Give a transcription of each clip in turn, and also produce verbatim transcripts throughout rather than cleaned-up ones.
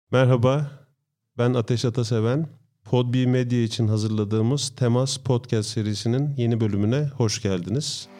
Merhaba, ben Ateş Ataseven. Podbi Medya için hazırladığımız Temas Podcast serisinin yeni bölümüne hoş geldiniz.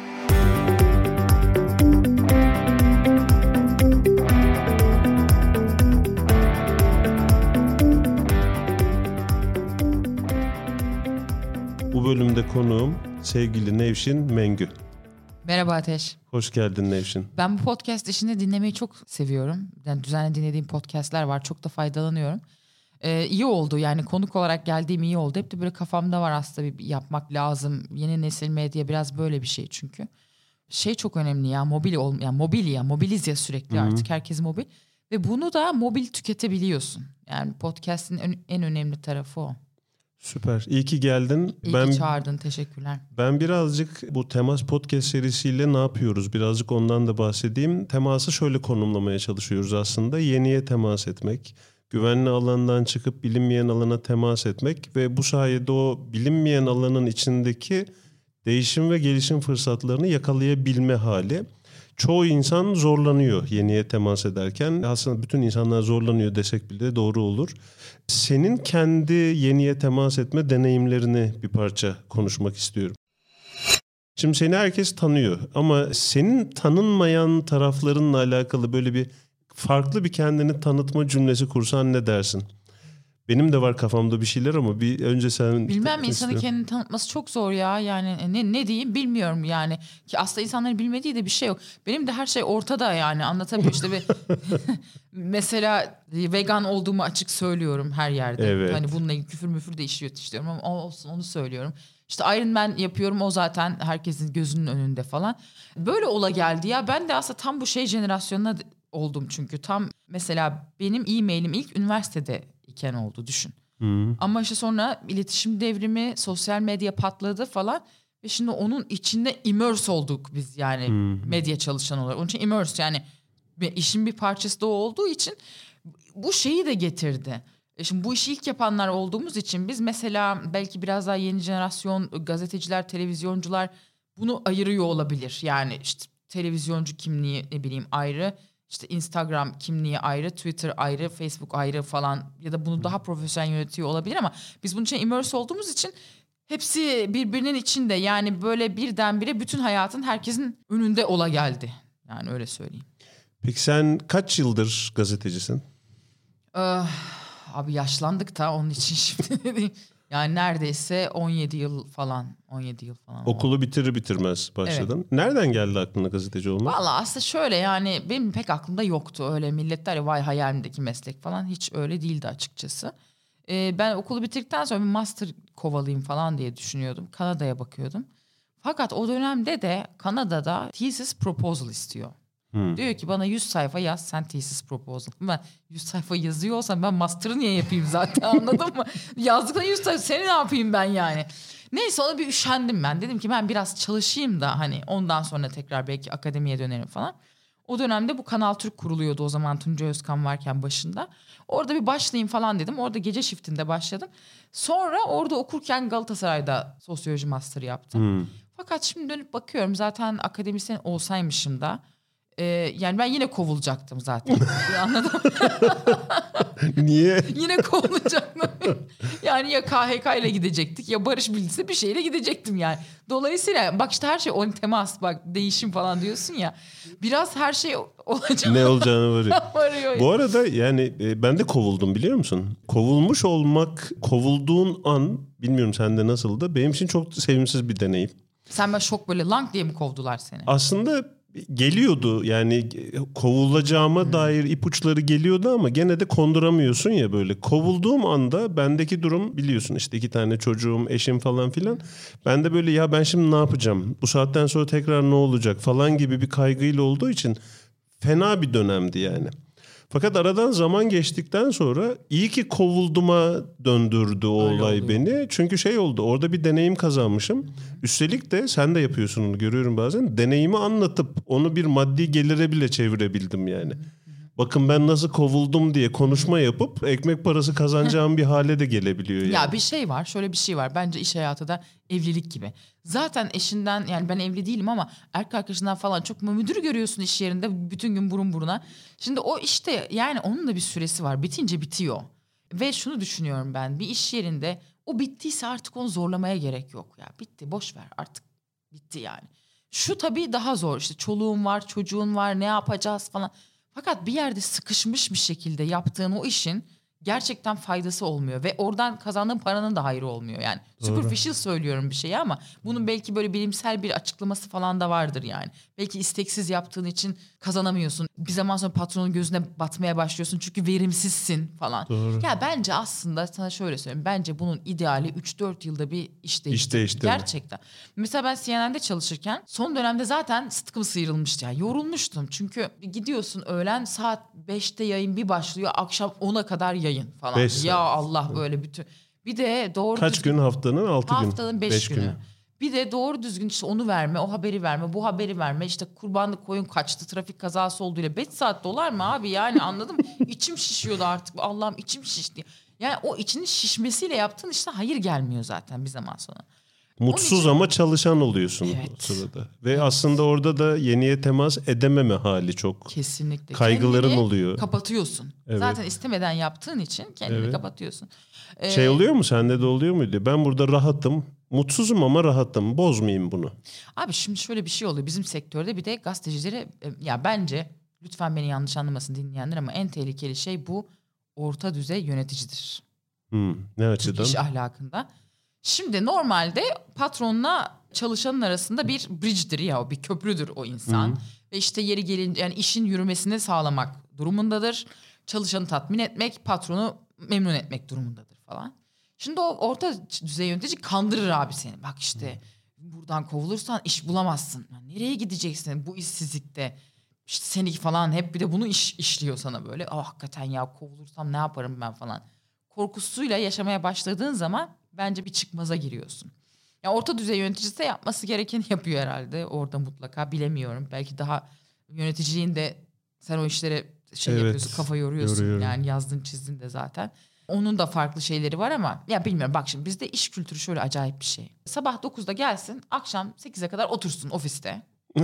Bu bölümde konuğum sevgili Nevşin Mengü. Merhaba Ateş. Hoş geldin Nevşin. Ben bu podcast işini dinlemeyi çok seviyorum. Yani düzenli dinlediğim podcastler var. Çok da faydalanıyorum. Ee, iyi oldu yani konuk olarak geldiğim iyi oldu. Hep de böyle kafamda var aslında bir yapmak lazım. Yeni nesil medya biraz böyle bir şey çünkü. Şey çok önemli ya mobil ol, yani mobil ya mobiliz ya sürekli. Hı-hı. Artık herkes mobil. Ve bunu da mobil tüketebiliyorsun. Yani podcast'in en, en önemli tarafı o. Süper. İyi ki geldin. İyi ben, ki çağırdın. Teşekkürler. Ben birazcık bu Temas Podcast serisiyle ne yapıyoruz? Birazcık ondan da bahsedeyim. Teması şöyle konumlamaya çalışıyoruz aslında. Yeniye temas etmek, güvenli alandan çıkıp bilinmeyen alana temas etmek ve bu sayede o bilinmeyen alanın içindeki değişim ve gelişim fırsatlarını yakalayabilme hali. Çoğu insan zorlanıyor yeniye temas ederken. Aslında bütün insanlar zorlanıyor desek bile doğru olur. Senin kendi yeniye temas etme deneyimlerini bir parça konuşmak istiyorum. Şimdi seni herkes tanıyor ama senin tanınmayan taraflarınla alakalı böyle bir farklı bir kendini tanıtma cümlesi kursan ne dersin? Benim de var kafamda bir şeyler ama bir önce sen... Bilmem insanın kendini tanıtması çok zor ya. Yani ne ne diyeyim bilmiyorum yani. Ki aslında insanların bilmediği de bir şey yok. Benim de her şey ortada yani anlatabiliyor işte. Bir mesela vegan olduğumu açık söylüyorum her yerde. Evet. Hani bununla ilgili küfür müfür de işliyor istiyorum ama olsun onu söylüyorum. İşte Iron Man yapıyorum o zaten herkesin gözünün önünde falan. Böyle ola geldi ya. Ben de aslında tam bu şey jenerasyonuna oldum çünkü. Tam mesela benim e-mailim ilk üniversitede iken oldu düşün. Hmm. Ama işte sonra iletişim devrimi, sosyal medya patladı falan ve şimdi onun içinde immerse olduk biz yani hmm. medya çalışan olarak. Onun için immerse yani işin bir parçası da olduğu için bu şeyi de getirdi. Şimdi bu işi ilk yapanlar olduğumuz için biz mesela belki biraz daha yeni jenerasyon gazeteciler, televizyoncular bunu ayırıyor olabilir. Yani işte televizyoncu kimliği ne bileyim ayrı. İşte Instagram kimliği ayrı, Twitter ayrı, Facebook ayrı falan ya da bunu daha profesyonel yönetiyor olabilir ama biz bunun için immerse olduğumuz için hepsi birbirinin içinde yani böyle birdenbire bütün hayatın herkesin önünde ola geldi. Yani öyle söyleyeyim. Peki sen kaç yıldır gazetecisin? Ee, abi yaşlandık da onun için şimdi yani neredeyse on yedi yıl falan. on yedi yıl falan. Okulu oldu. Bitirir bitirmez başladın. Evet. Nereden geldi aklına gazeteci olmak? Vallahi aslında şöyle yani benim pek aklımda yoktu. Öyle milletler ya vay hayalimdeki meslek falan hiç öyle değildi açıkçası. Ee, ben okulu bitirdikten sonra bir master kovalayayım falan diye düşünüyordum. Kanada'ya bakıyordum. Fakat o dönemde de Kanada'da thesis proposal istiyor. Hmm. Diyor ki bana yüz sayfa yaz sen thesis proposal. Ben yüz sayfa yazıyor olsam ben master'ı niye yapayım zaten anladın mı? Yazdıktan yüz sayfa seni ne yapayım ben yani? Neyse ona bir üşendim ben. Dedim ki ben biraz çalışayım da hani ondan sonra tekrar belki akademiye dönerim falan. O dönemde bu Kanal Türk kuruluyordu o zaman Tuncay Özkan varken başında. Orada bir başlayayım falan dedim. Orada gece shiftinde başladım. Sonra orada okurken Galatasaray'da sosyoloji master yaptım. Hmm. Fakat şimdi dönüp bakıyorum zaten akademisyen olsaymışım da Ee, yani ben yine kovulacaktım zaten. Anladın mı? Niye? Yine kovulacaktım. Yani ya K H K ile gidecektik ya Barış Bilgisi bir şeyle gidecektim yani. Dolayısıyla bak işte her şey on temas bak değişim falan diyorsun ya. Biraz her şey olacak. Ne olacağını varıyor. varıyor. Bu arada yani e, ben de kovuldum biliyor musun? Kovulmuş olmak, kovulduğun an bilmiyorum sende nasıldı. Benim için çok sevimsiz bir deneyim. Sen ben şok böyle lang diye mi kovdular seni? Aslında geliyordu yani kovulacağıma hmm. dair ipuçları geliyordu ama gene de konduramıyorsun ya böyle. Kovulduğum anda bendeki durum biliyorsun işte iki tane çocuğum, eşim falan filan. Ben de böyle ya ben şimdi ne yapacağım? Bu saatten sonra tekrar ne olacak falan gibi bir kaygıyla olduğu için fena bir dönemdi yani. Fakat aradan zaman geçtikten sonra iyi ki kovulduma döndürdü o Öyle olay oldu. Beni. Çünkü şey oldu orada bir deneyim kazanmışım. Hı-hı. Üstelik de sen de yapıyorsun onu görüyorum bazen. Deneyimi anlatıp onu bir maddi gelire bile çevirebildim yani. Hı-hı. bakın ben nasıl kovuldum diye konuşma yapıp ekmek parası kazanacağım bir hale de gelebiliyor yani. Ya bir şey var, şöyle bir şey var. Bence iş hayatı da evlilik gibi. Zaten eşinden, yani ben evli değilim ama erkek arkadaşından falan çok müdür görüyorsun iş yerinde bütün gün burun buruna. Şimdi o işte yani onun da bir süresi var. Bitince bitiyor. Ve şunu düşünüyorum ben, bir iş yerinde o bittiyse artık onu zorlamaya gerek yok. Ya bitti, boş ver artık, bitti yani. Şu tabii daha zor, işte çoluğun var, çocuğun var, ne yapacağız falan. Fakat bir yerde sıkışmış bir şekilde yaptığın o işin gerçekten faydası olmuyor. Ve oradan kazandığın paranın da hayrı olmuyor. Yani Doğru. superficial söylüyorum bir şeyi ama bunun belki böyle bilimsel bir açıklaması falan da vardır yani. Belki isteksiz yaptığın için kazanamıyorsun. Bir zaman sonra patronun gözüne batmaya başlıyorsun çünkü verimsizsin falan. Doğru. Ya bence aslında sana şöyle söyleyeyim. Bence bunun ideali üç dört yılda bir iş değiştirmek. İş değiştirme. Gerçekten. Mesela ben C N N'de çalışırken son dönemde zaten sıtkım sıyrılmıştı. Yani yorulmuştum. Çünkü gidiyorsun öğlen saat beşte yayın bir başlıyor. Akşam ona kadar yayın falan. Beş saat. Ya Allah böyle bütün. Bir de doğru Kaç düzgün, gün haftanın? Altı gün. haftanın beş, Beş günü. günü. Bir de doğru düzgün işte onu verme, o haberi verme, bu haberi verme. İşte kurbanlık koyun kaçtı, trafik kazası oldu ile beş saat dolar mı abi yani, anladın mı? İçim şişiyordu artık. Allah'ım içim şişti. Yani o içinin şişmesiyle yaptığın işte hayır gelmiyor zaten bir zaman sonra. Mutsuz için- ama çalışan oluyorsun Evet. o sırada. Ve aslında orada da yeniye temas edememe hali çok. Kesinlikle. Kaygıların Kendini oluyor. kapatıyorsun. Evet. Zaten istemeden yaptığın için kendini Evet. kapatıyorsun. Ee, Şey oluyor mu, sende de oluyor muydu? Ben burada rahatım, mutsuzum ama rahatım. Bozmayayım bunu. Abi şimdi şöyle bir şey oluyor. Bizim sektörde bir de gazetecileri, e, ya bence lütfen beni yanlış anlamasın dinleyenler ama en tehlikeli şey bu orta düzey yöneticidir. Hmm, ne açıdan? İş ahlakında. Şimdi normalde patronla çalışanın arasında bir bridge'dir ya, o bir köprüdür o insan. Hı. Ve işte yeri gelince yani işin yürümesini sağlamak durumundadır. Çalışanı tatmin etmek, patronu memnun etmek durumundadır falan. Şimdi o orta düzey yönetici kandırır abi seni. Bak işte buradan kovulursan iş bulamazsın. Ya nereye gideceksin bu işsizlikte? İşte seninki falan hep bir de bunu iş, işliyor sana böyle. Ah hakikaten ya kovulursam ne yaparım ben falan. Korkusuyla yaşamaya başladığın zaman bence bir çıkmaza giriyorsun. Ya orta düzey yöneticisi de yapması gerekeni yapıyor herhalde. Orada mutlaka, bilemiyorum. Belki daha yöneticiliğin de sen o işlere şey Evet, yapıyorsun, kafa yoruyorsun. yoruyorum. Yani yazdın çizdin de zaten. Onun da farklı şeyleri var ama ya bilmiyorum, bak şimdi bizde iş kültürü şöyle acayip bir şey. Sabah dokuzda gelsin, akşam sekize kadar otursun ofiste.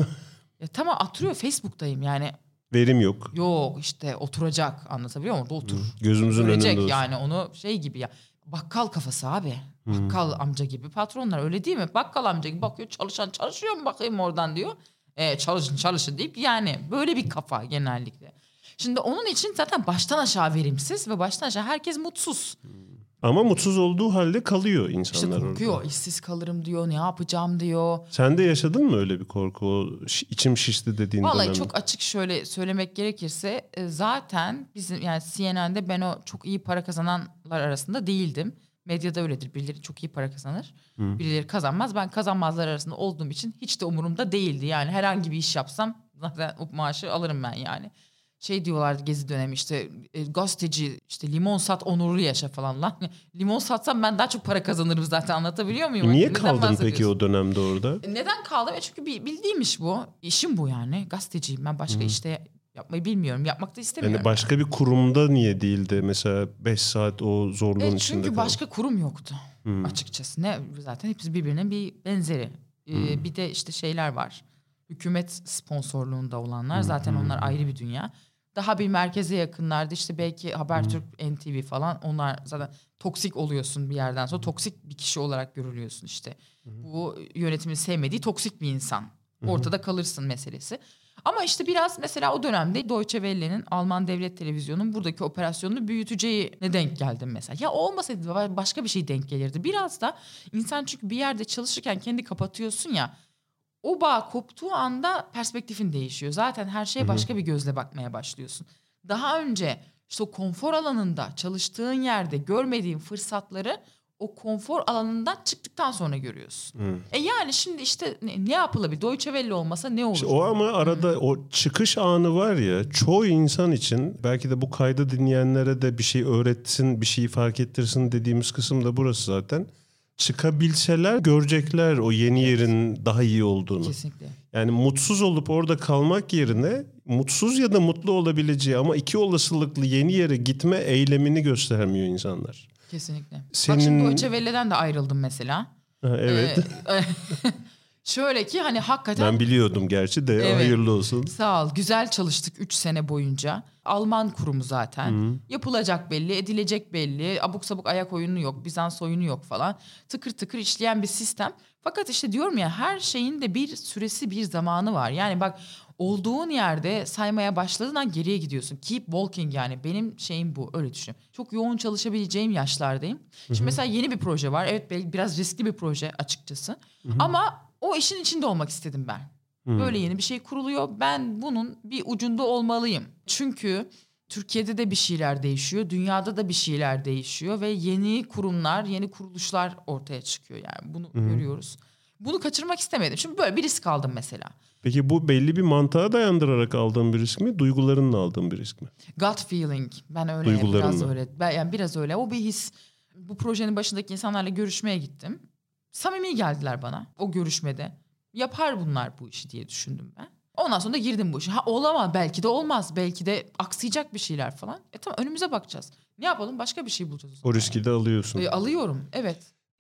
Ya tamam, atıyor Facebook'tayım yani. Verim yok. Yok işte oturacak, anlatabiliyor muyum? Orada otur. Gözümüzün Görecek önünde olsun. yani onu, şey gibi ya. Bakkal kafası abi. Bakkal amca gibi patronlar, öyle değil mi? Bakkal amca gibi bakıyor, çalışan çalışıyor mu bakayım oradan diyor. E, çalışın çalışın deyip yani böyle bir kafa genellikle. Şimdi onun için zaten baştan aşağı verimsiz ve baştan aşağı herkes mutsuz. Ama mutsuz olduğu halde kalıyor İşte insanlar korkuyor, orada. işsiz kalırım diyor, ne yapacağım diyor. Sen de yaşadın mı öyle bir korku? O şi- içim şişti dediğin Vallahi dönemde. çok açık şöyle söylemek gerekirse e, zaten bizim yani C N N'de ben o çok iyi para kazananlar arasında değildim. Medyada öyledir. Birileri çok iyi para kazanır. Hı. Birileri kazanmaz. Ben kazanmazlar arasında olduğum için hiç de umurumda değildi. Yani herhangi bir iş yapsam zaten o maaşı alırım ben yani. Şey diyorlardı gezi dönemi işte e, gazeteci işte limon sat onurlu yaşa falan lan. Limon satsam ben daha çok para kazanırım zaten, anlatabiliyor muyum? Niye Neden kaldın peki bahsediyorsun? o dönemde orada? Neden kaldım? E çünkü bi- bildiğim iş bu. İşim bu yani. Gazeteciyim ben, başka işte yapmayı bilmiyorum. Yapmak da istemiyorum. Yani başka bir kurumda niye değildi? Mesela beş saat o zorluğun E, içinde çünkü kaldın. başka kurum yoktu Hmm. açıkçası. Ne zaten hepsi birbirinin bir benzeri. Ee, bir de işte şeyler var. Hükümet sponsorluğunda olanlar zaten onlar ayrı bir dünya. Daha bir merkeze yakınlarda işte belki Habertürk, N T V falan, onlar zaten toksik oluyorsun bir yerden sonra. Toksik bir kişi olarak görülüyorsun işte. Bu yönetimin sevmediği toksik bir insan. Ortada kalırsın meselesi. Ama işte biraz mesela o dönemde Deutsche Welle'nin, Alman devlet televizyonunun buradaki operasyonunu büyüteceğine denk geldim mesela. Ya olmasaydı başka bir şey denk gelirdi. Biraz da insan çünkü bir yerde çalışırken kendi kapatıyorsun ya. O bağ koptuğu anda perspektifin değişiyor. Zaten her şeye başka bir gözle bakmaya başlıyorsun. Daha önce işte o konfor alanında çalıştığın yerde görmediğin fırsatları o konfor alanından çıktıktan sonra görüyorsun. Hı. E yani şimdi işte ne, ne yapılabilir? Deutsche Welle olmasa ne olur? İşte o ama arada o çıkış anı var ya, çoğu insan için belki de bu kaydı dinleyenlere de bir şey öğretsin, bir şeyi fark ettirsin dediğimiz kısım da burası zaten. çıkabilseler görecekler o yeni yerin daha iyi olduğunu. Kesinlikle. Yani mutsuz olup orada kalmak yerine mutsuz ya da mutlu olabileceği ama iki olasılıklı yeni yere gitme eylemini göstermiyor insanlar. Kesinlikle. Senin... Bak şimdi Deutsche Welle'den de ayrıldım mesela. Ha, evet. Ee, şöyle ki hani hakikaten... Ben biliyordum gerçi de evet. Hayırlı olsun. Sağ ol. Güzel çalıştık üç sene boyunca. Alman kurumu zaten. Hı-hı. Yapılacak belli, edilecek belli. Abuk sabuk ayak oyunu yok, Bizans oyunu yok falan. Tıkır tıkır işleyen bir sistem. Fakat işte diyorum ya her şeyin de bir süresi, bir zamanı var. Yani bak olduğun yerde saymaya başladığından geriye gidiyorsun. Keep walking yani benim şeyim bu, öyle düşün. Çok yoğun çalışabileceğim yaşlardayım. Hı-hı. Şimdi mesela yeni bir proje var. Evet biraz riskli bir proje açıkçası. Hı-hı. Ama o işin içinde olmak istedim ben. Hı-hı. Böyle yeni bir şey kuruluyor. Ben bunun bir ucunda olmalıyım. Çünkü Türkiye'de de bir şeyler değişiyor. Dünyada da bir şeyler değişiyor. Ve yeni kurumlar, yeni kuruluşlar ortaya çıkıyor. Yani bunu Hı-hı. görüyoruz. Bunu kaçırmak istemedim. Şimdi böyle bir risk aldım mesela. Peki bu belli bir mantığa dayandırarak aldığın bir risk mi? Duygularınla aldığın bir risk mi? Gut feeling. Ben öyle biraz öyle. Ben, yani biraz öyle. O bir his. Bu projenin başındaki insanlarla görüşmeye gittim. Samimi geldiler bana o görüşmede. Yapar bunlar bu işi diye düşündüm ben. Ondan sonra da girdim bu işe. Ha olamaz, belki de olmaz. Belki de aksayacak bir şeyler falan. E tamam önümüze bakacağız. Ne yapalım? Başka bir şey bulacağız o zaman. O riski de alıyorsun. E, alıyorum evet.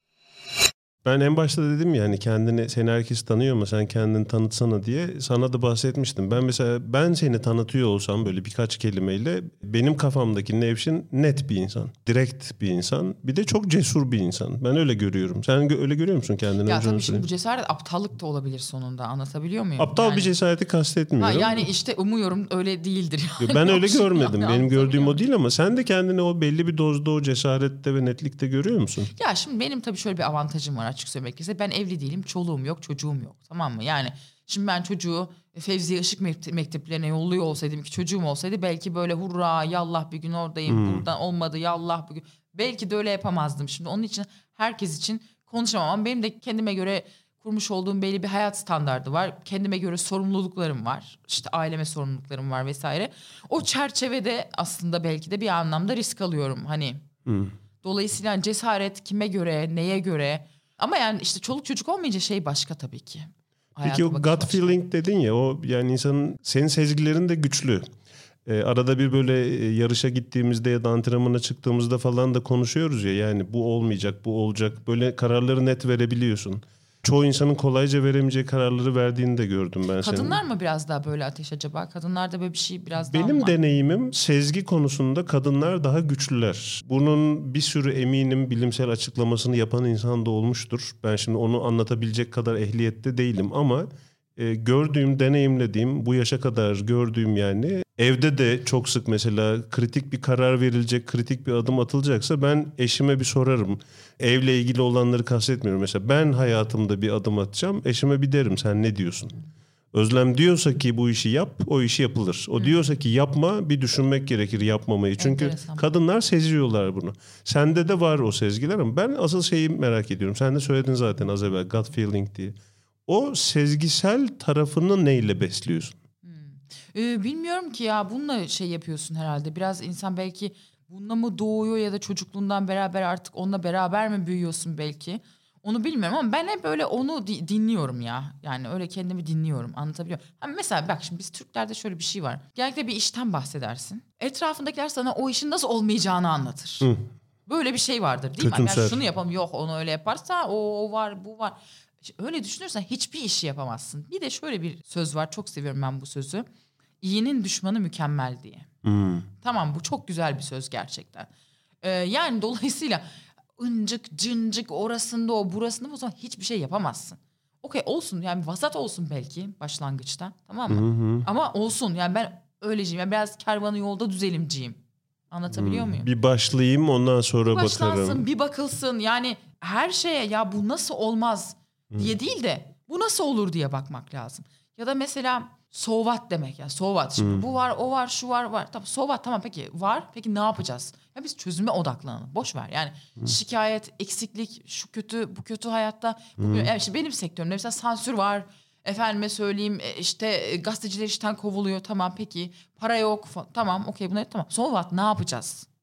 Ben en başta dedim ya hani kendini, seni herkes tanıyor ama sen kendini tanıtsana diye sana da bahsetmiştim. Ben mesela ben seni tanıtıyor olsam böyle birkaç kelimeyle benim kafamdaki Nevşin net bir insan. Direkt bir insan. Bir de çok cesur bir insan. Ben öyle görüyorum. Sen gö- öyle görüyor musun kendini? Ya tabii şimdi bu cesaret aptallık da olabilir sonunda. Anlatabiliyor muyum? Aptal yani... bir cesareti kastetmiyorum. Ha, yani işte umuyorum öyle değildir. Yani. Ben öyle görmedim. Benim gördüğüm o değil ama sen de kendini o belli bir dozda o cesarette ve netlikte görüyor musun? Ya şimdi benim tabii şöyle bir avantajım var açık söylemek gerekirse. Ben evli değilim, çoluğum yok, çocuğum yok. Tamam mı? Yani şimdi ben çocuğu Fevziye Işık mekteplerine yolluyor olsaydım ki çocuğum olsaydı belki böyle hurra yallah bir gün oradayım hmm. buradan olmadı yallah bir gün. Belki de öyle yapamazdım. Şimdi onun için herkes için konuşamam ama benim de kendime göre kurmuş olduğum belli bir hayat standardı var. Kendime göre sorumluluklarım var. İşte aileme sorumluluklarım var vesaire. O çerçevede aslında belki de bir anlamda risk alıyorum hani. Hmm. Dolayısıyla cesaret kime göre, neye göre? Ama yani işte çoluk çocuk olmayınca şey başka tabii ki. Peki o gut başka. Feeling dedin ya o yani insanın senin sezgilerin de güçlü. Ee, arada bir böyle yarışa gittiğimizde ya da antrenmana çıktığımızda falan da konuşuyoruz ya yani bu olmayacak, bu olacak. Böyle kararları net verebiliyorsun. Çoğu insanın kolayca veremeyeceği kararları verdiğini de gördüm ben senin. Kadınlar mı biraz daha böyle ateş acaba? Kadınlarda böyle bir şey biraz Benim daha Benim deneyimim sezgi konusunda kadınlar daha güçlüler. Bunun bir sürü eminim bilimsel açıklamasını yapan insan da olmuştur. Ben şimdi onu anlatabilecek kadar ehliyette değilim ama e, gördüğüm, deneyimlediğim, bu yaşa kadar gördüğüm yani evde de çok sık mesela kritik bir karar verilecek, kritik bir adım atılacaksa ben eşime bir sorarım. Evle ilgili olanları kastetmiyorum. Mesela ben hayatımda bir adım atacağım. Eşime bir derim sen ne diyorsun? Özlem diyorsa ki bu işi yap, o işi yapılır. O Hı. diyorsa ki yapma, bir düşünmek gerekir yapmamayı. Çünkü Enteresan. Kadınlar seziyorlar bunu. Sende de var o sezgiler ama ben asıl şeyi merak ediyorum. Sen de söyledin zaten az evvel gut feeling diye. O sezgisel tarafını neyle besliyorsun? Hmm. Ee, bilmiyorum ki ya bununla şey yapıyorsun herhalde. Biraz insan belki bununla mı doğuyor ya da çocukluğundan beraber artık onunla beraber mi büyüyorsun belki? Onu bilmiyorum ama ben hep böyle onu di- dinliyorum ya. Yani öyle kendimi dinliyorum, anlatabiliyor muyum? Yani mesela bak şimdi biz Türklerde şöyle bir şey var. Genellikle bir işten bahsedersin. Etrafındakiler sana o işin nasıl olmayacağını anlatır. Hı. Böyle bir şey vardır değil mi? Yani şunu yapalım yok onu öyle yaparsa o, o var bu var. Öyle düşünürsen hiçbir işi yapamazsın. Bir de şöyle bir söz var, çok seviyorum ben bu sözü. İyinin düşmanı mükemmel diye. Hmm. Tamam, bu çok güzel bir söz gerçekten. Ee, yani dolayısıyla ıncık cıncık orasında o burasında o zaman hiçbir şey yapamazsın. Okey olsun yani vasat olsun belki başlangıçta, tamam mı? Hı hı. Ama olsun yani ben öyleyim. Yani biraz kervanı yolda düzelimciyim. Anlatabiliyor hmm. muyum? Bir başlayayım ondan sonra bir başlansın, bakarım. Bir bakılsın yani her şeye ya bu nasıl olmaz diye değil de bu nasıl olur diye bakmak lazım. Ya da mesela so what demek ya so what. Şimdi hmm. bu var o var şu var var. Tamam so what tamam peki var peki ne yapacağız? Ya biz çözüme odaklanalım. Boş ver yani hmm. şikayet, eksiklik, şu kötü bu kötü hayatta. Hmm. Yani işte benim sektörümde mesela sansür var. Efendime söyleyeyim işte gazeteciler işten kovuluyor tamam peki para yok falan. Tamam okey bunlar tamam so what ne yapacağız?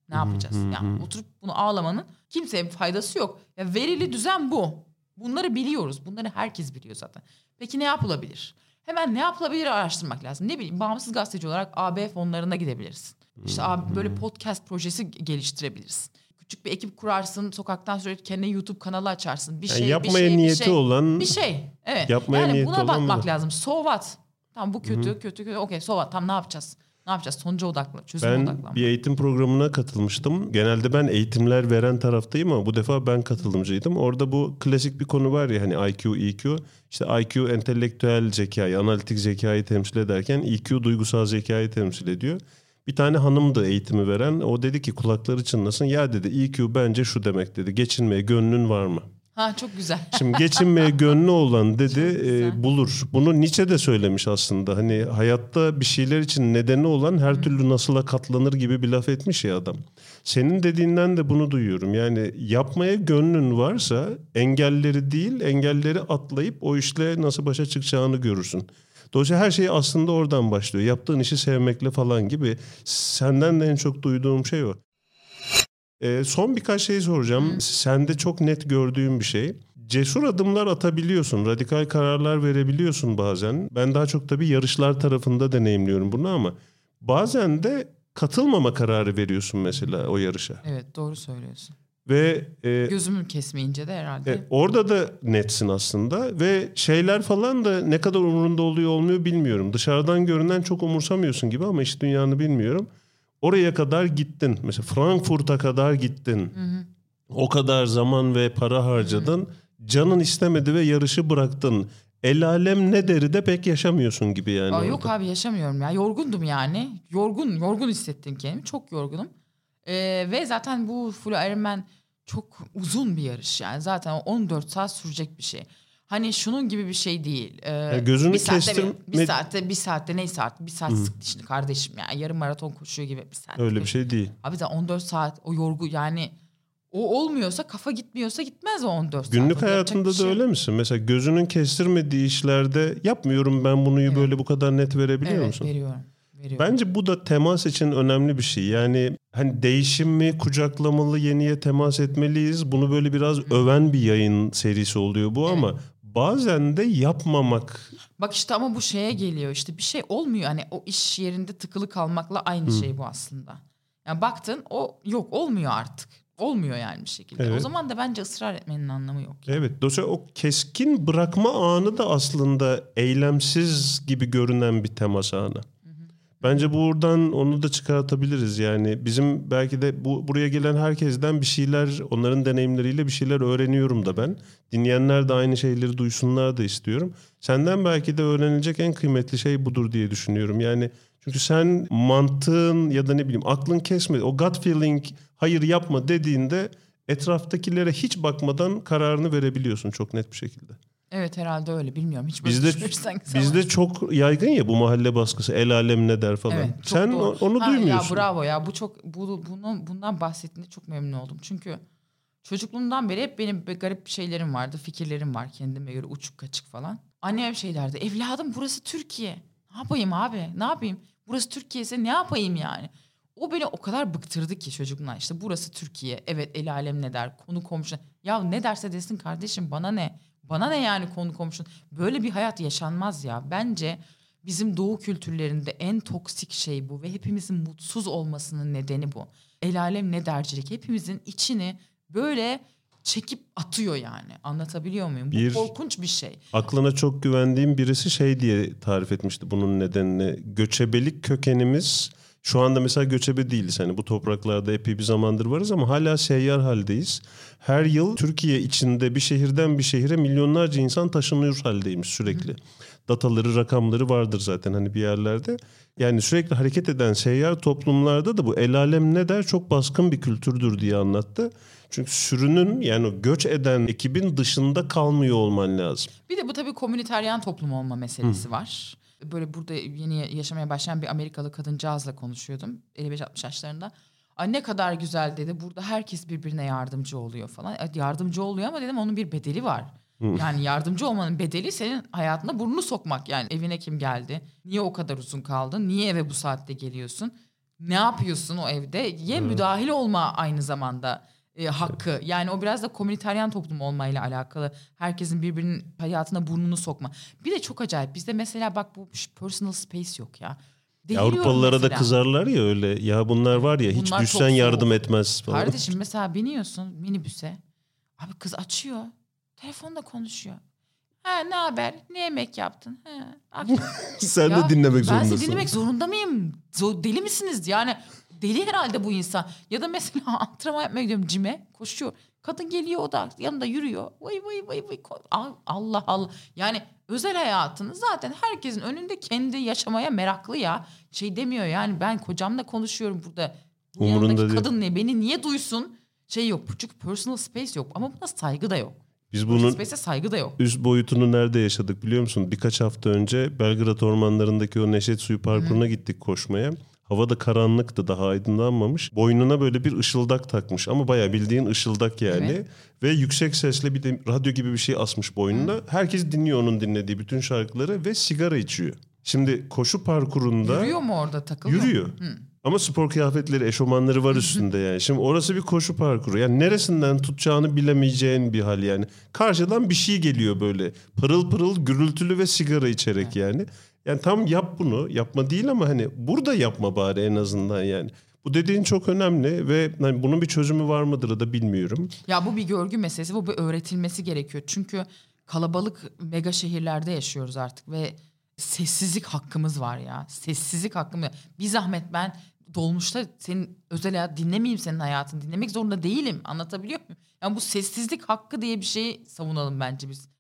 Ne yapacağız? Yani oturup bunu ağlamanın kimseye bir faydası yok. Ya verili düzen bu. Bunları biliyoruz. Bunları herkes biliyor zaten. Peki ne yapılabilir? Hemen ne yapılabilir araştırmak lazım. Ne bileyim, bağımsız gazeteci olarak A B fonlarına gidebilirsin. İşte abi böyle podcast projesi geliştirebilirsin. Küçük bir ekip kurarsın, sokaktan sürekli kendine YouTube kanalı açarsın. Bir şey, yani yapmaya bir şey, niyeti bir şey, olan, bir şey. Evet. Yapmaya yani niyeti buna bakmak olan lazım. So what? Tamam, bu kötü, Hı-hı. kötü, kötü. Okey, so what? Tamam, ne yapacağız? Ne yapacağız? Sonuca odaklı, çözüme ben odaklanmak. Ben bir eğitim programına katılmıştım. Genelde ben eğitimler veren taraftayım ama bu defa ben katılımcıydım. Orada bu klasik bir konu var ya, hani I Q, E Q. İşte I Q entelektüel zekayı, analitik zekayı temsil ederken E Q duygusal zekayı temsil ediyor. Bir tane hanımdı eğitimi veren. O dedi ki, kulakları çınlasın. Ya dedi, E Q bence şu demek dedi. Geçinmeye gönlün var mı? Ha, çok güzel. Şimdi geçinmeye gönlü olan dedi e, bulur. Bunu Nietzsche de söylemiş aslında. Hani hayatta bir şeyler için nedeni olan her hmm. türlü nasıla katlanır gibi bir laf etmiş ya adam. Senin dediğinden de bunu duyuyorum. Yani yapmaya gönlün varsa engelleri değil, engelleri atlayıp o işle nasıl başa çıkacağını görürsün. Dolayısıyla her şey aslında oradan başlıyor. Yaptığın işi sevmekle falan gibi. Senden de en çok duyduğum şey o. Ee, son birkaç şey soracağım. Hmm. Sende çok net gördüğüm bir şey. Cesur adımlar atabiliyorsun. Radikal kararlar verebiliyorsun bazen. Ben daha çok tabii yarışlar tarafında deneyimliyorum bunu ama bazen de katılmama kararı veriyorsun mesela o yarışa. Evet, doğru söylüyorsun. Ve e, gözümü kesmeyince de herhalde. E, orada da netsin aslında ve şeyler falan da ne kadar umurunda oluyor olmuyor bilmiyorum. Dışarıdan görünen çok umursamıyorsun gibi ama iç dünyanı bilmiyorum. Oraya kadar gittin. Mesela Frankfurt'a kadar gittin. Hı hı. O kadar zaman ve para harcadın. Hı hı. Canın istemedi ve yarışı bıraktın. El alem ne deri de pek yaşamıyorsun gibi yani. Aa, yok abi, yaşamıyorum ya. Yorgundum yani. Yorgun, yorgun hissettim kendimi. Çok yorgunum. Ee, ve zaten bu Full Ironman çok uzun bir yarış yani. Zaten on dört saat sürecek bir şey. Hani şunun gibi bir şey değil. Ee, ya gözünü bir saatte, kestirme... bir, bir saatte, bir saatte neyse artık bir saat sık dişini kardeşim ya. Yani yarım maraton koşuyor gibi bir saat. Öyle bir şey değil. Abi de on dört saat o yorgu yani, o olmuyorsa, kafa gitmiyorsa gitmez o on dört saat. Günlük hayatında da şey öyle misin? Mesela gözünün kestirmediği işlerde yapmıyorum ben bunu, evet. Böyle bu kadar net verebiliyor evet, musun? Evet, veriyorum. Veriyorum. Bence bu da temas için önemli bir şey. Yani hani değişimi kucaklamalı, yeniye temas etmeliyiz. Bunu böyle biraz Hı. öven bir yayın serisi oluyor bu, evet. Ama bazen de yapmamak. Bak işte ama bu şeye geliyor, işte bir şey olmuyor. Hani o iş yerinde tıkılı kalmakla aynı Hı. şey bu aslında. Yani baktın o yok, olmuyor artık. Olmuyor yani bir şekilde. Evet. O zaman da bence ısrar etmenin anlamı yok. Yani. Evet. Dolayısıyla o keskin bırakma anı da aslında eylemsiz gibi görünen bir temas anı. Bence buradan onu da çıkartabiliriz. Yani bizim belki de bu buraya gelen herkesten bir şeyler, onların deneyimleriyle bir şeyler öğreniyorum da ben. Dinleyenler de aynı şeyleri duysunlar da istiyorum. Senden belki de öğrenilecek en kıymetli şey budur diye düşünüyorum. Yani çünkü sen mantığın ya da ne bileyim aklın kesmedi. O gut feeling, hayır yapma dediğinde etraftakilere hiç bakmadan kararını verebiliyorsun çok net bir şekilde. Evet, herhalde öyle, bilmiyorum. Hiç böyle bizde bizde çok yaygın ya bu mahalle baskısı, el alem ne der falan. Evet, sen doğru. onu ha, duymuyorsun. Ya bravo ya, bu çok bu bunu bundan bahsettiğinde çok memnun oldum. Çünkü çocukluğumdan beri hep benim garip şeylerim vardı, fikirlerim var kendime göre, uçuk kaçık falan. Annem şey derdi, evladım burası Türkiye. Ne yapayım abi? Ne yapayım? Burası Türkiye ise ne yapayım yani? O beni o kadar bıktırdı ki çocukluğumdan. İşte burası Türkiye. Evet, el alem ne der? Konu komşu. Ya ne derse desin kardeşim, bana ne? Bana ne yani konu komşun? Böyle bir hayat yaşanmaz ya. Bence bizim doğu kültürlerinde en toksik şey bu ve hepimizin mutsuz olmasının nedeni bu. El alem ne dercilik. Hepimizin içini böyle çekip atıyor yani. Anlatabiliyor muyum? Bu bir, korkunç bir şey. Aklına çok güvendiğim birisi şey diye tarif etmişti bunun nedenini. Göçebelik kökenimiz, şu anda mesela göçebe değiliz. Hani bu topraklarda epey bir zamandır varız ama hala seyyar haldeyiz. Her yıl Türkiye içinde bir şehirden bir şehire milyonlarca insan taşınıyor haldeymiş sürekli. Hı. Dataları, rakamları vardır zaten hani bir yerlerde. Yani sürekli hareket eden seyyar toplumlarda da bu el alem ne der çok baskın bir kültürdür diye anlattı. Çünkü sürünün, yani o göç eden ekibin dışında kalmıyor olman lazım. Bir de bu tabii komüniteryen toplum olma meselesi Hı. var. Böyle burada yeni yaşamaya başlayan bir Amerikalı kadıncağızla konuşuyordum. elli beş altmış yaşlarında. Ay ne kadar güzel dedi. Burada herkes birbirine yardımcı oluyor falan. Evet, yardımcı oluyor ama dedim onun bir bedeli var. Hı. Yani yardımcı olmanın bedeli senin hayatına burnunu sokmak. Yani evine kim geldi? Niye o kadar uzun kaldın? Niye eve bu saatte geliyorsun? ne yapıyorsun o evde? Ye evet. müdahil olma aynı zamanda e, hakkı. Evet. Yani o biraz da komüniteryen toplum olmayla alakalı. Herkesin birbirinin hayatına burnunu sokma. Bir de çok acayip. Bizde mesela bak bu personal space yok ya. Avrupalılara mesela da kızarlar ya öyle. Ya bunlar var ya hiç bunlar düşsen yardım etmez falan. Kardeşim mesela biniyorsun minibüse. Abi kız açıyor. Telefonla konuşuyor. Ha ne haber? Ne yemek yaptın? Ha, sen ya, de dinlemek zorundasın. Ben sizi dinlemek zorunda mıyım? Deli misiniz? Yani deli herhalde bu insan. Ya da mesela antrenman yapmaya gidiyorum cime. Koşuyor. Kadın geliyor o da yanında yürüyor. Vay vay vay vay. Allah Allah. Yani özel hayatını zaten herkesin önünde kendi yaşamaya meraklı ya. Şey demiyor yani ben kocamla konuşuyorum burada. Umurunda değil. Kadın ne? Beni niye duysun? Şey yok. Çünkü personal space yok. Ama buna saygı da yok. Biz bunun saygı da yok. Üst boyutunu nerede yaşadık biliyor musun? Birkaç hafta önce Belgrad ormanlarındaki o Neşet Suyu Parkuru'na Hı. gittik koşmaya. Hava da karanlıktı, daha aydınlanmamış. Boynuna böyle bir ışıldak takmış ama bayağı bildiğin ışıldak yani. Evet. Ve yüksek sesle bir de radyo gibi bir şey asmış boynuna. Hı. Herkes dinliyor onun dinlediği bütün şarkıları ve sigara içiyor. Şimdi koşu parkurunda... Yürüyor mu orada takılıyor? Yürüyor. Hı. Ama spor kıyafetleri, eşofmanları var üstünde yani. Şimdi orası bir koşu parkuru. Yani neresinden tutacağını bilemeyeceğin bir hal yani. Karşıdan bir şey geliyor böyle. Pırıl pırıl, gürültülü ve sigara içerek evet. yani. Yani tam yap bunu. Yapma değil ama hani burada yapma bari en azından yani. Bu dediğin çok önemli ve hani bunun bir çözümü var mıdır da bilmiyorum. Ya bu bir görgü meselesi. Bu bir öğretilmesi gerekiyor. Çünkü kalabalık mega şehirlerde yaşıyoruz artık ve sessizlik hakkımız var ya. Sessizlik hakkımız. Bir zahmet ben dolmuşta senin özel hayat dinlemeyeyim, senin hayatını dinlemek zorunda değilim. Anlatabiliyor muyum? Yani bu sessizlik hakkı diye bir şeyi savunalım bence biz.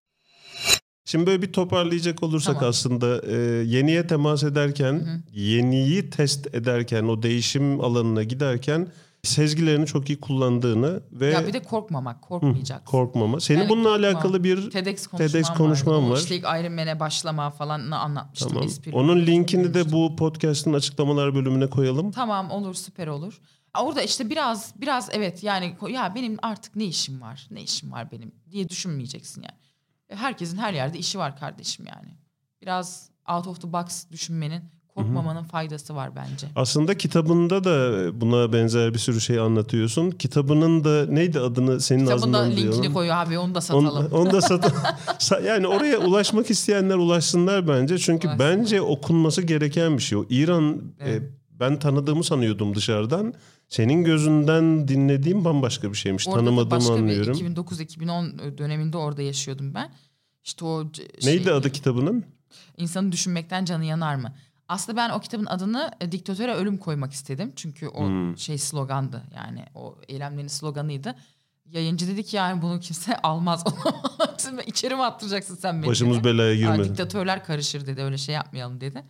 Şimdi böyle bir toparlayacak olursak tamam. aslında e, yeniye temas ederken, hı hı. yeniyi test ederken, o değişim alanına giderken sezgilerini çok iyi kullandığını ve... Ya bir de korkmamak, korkmayacaksın. Hı, korkmama. Senin yani bununla korkma. alakalı bir TEDx konuşmam, TEDx konuşmam var. var. İşte ilk Iron Man'e başlama falan anlatmıştım. Tamam. Onun linkini de bu podcast'ın açıklamalar bölümüne koyalım. Tamam olur, süper olur. Orada işte biraz biraz evet yani ya benim artık ne işim var, ne işim var benim diye düşünmeyeceksin yani. Herkesin her yerde işi var kardeşim yani. Biraz out of the box düşünmenin, korkmamanın Hı-hı. faydası var bence. Aslında kitabında da buna benzer bir sürü şey anlatıyorsun. Kitabının da neydi adını senin ağzından duyalım. Kitabında linkini koyuyor abi, onu da satalım. Onu, onu da satalım. Yani oraya ulaşmak isteyenler ulaşsınlar bence. Çünkü Ulaşsın. bence okunması gereken bir şey. O İran evet. e, ben tanıdığımı sanıyordum dışarıdan. Senin gözünden dinlediğim bambaşka bir şeymiş. Orada tanımadığımı anlıyorum. iki bin dokuz iki bin on döneminde orada yaşıyordum ben. İşte o şey, neydi adı kitabının? İnsanı Düşünmekten Canı Yanar mı? Aslında ben o kitabın adını Diktatöre Ölüm koymak istedim. Çünkü o hmm. şey slogandı. Yani o eylemlerin sloganıydı. Yayıncı dedi ki yani bunu kimse almaz. İçeri mi attıracaksın sen beni? Başımız belaya girmedi. Diktatörler karışır dedi. Öyle şey yapmayalım dedi.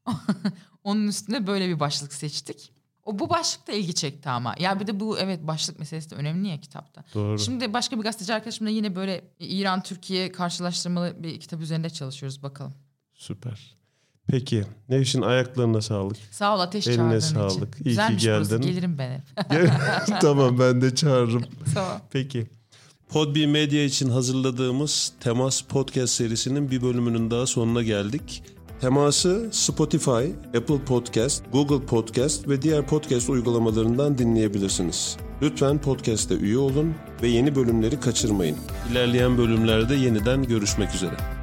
Onun üstüne böyle bir başlık seçtik. O bu başlık da ilgi çekti ama. Ya bir de bu evet başlık meselesi de önemli ya kitapta. Doğru. Şimdi başka bir gazeteci arkadaşımla yine böyle İran-Türkiye karşılaştırmalı bir kitap üzerinde çalışıyoruz. Bakalım. Süper. Peki. Nevşin ayaklarına sağlık. Sağ ol, Ateş çağırdığın Eline sağlık. için. İyi Güzelmiş ki geldin. Burası. Gelirim ben hep. Tamam, ben de çağırırım. Tamam. Peki. Podbi Medya için hazırladığımız Temas Podcast serisinin bir bölümünün daha sonuna geldik. Teması Spotify, Apple Podcast, Google Podcast ve diğer podcast uygulamalarından dinleyebilirsiniz. Lütfen podcast'te üye olun ve yeni bölümleri kaçırmayın. İlerleyen bölümlerde yeniden görüşmek üzere.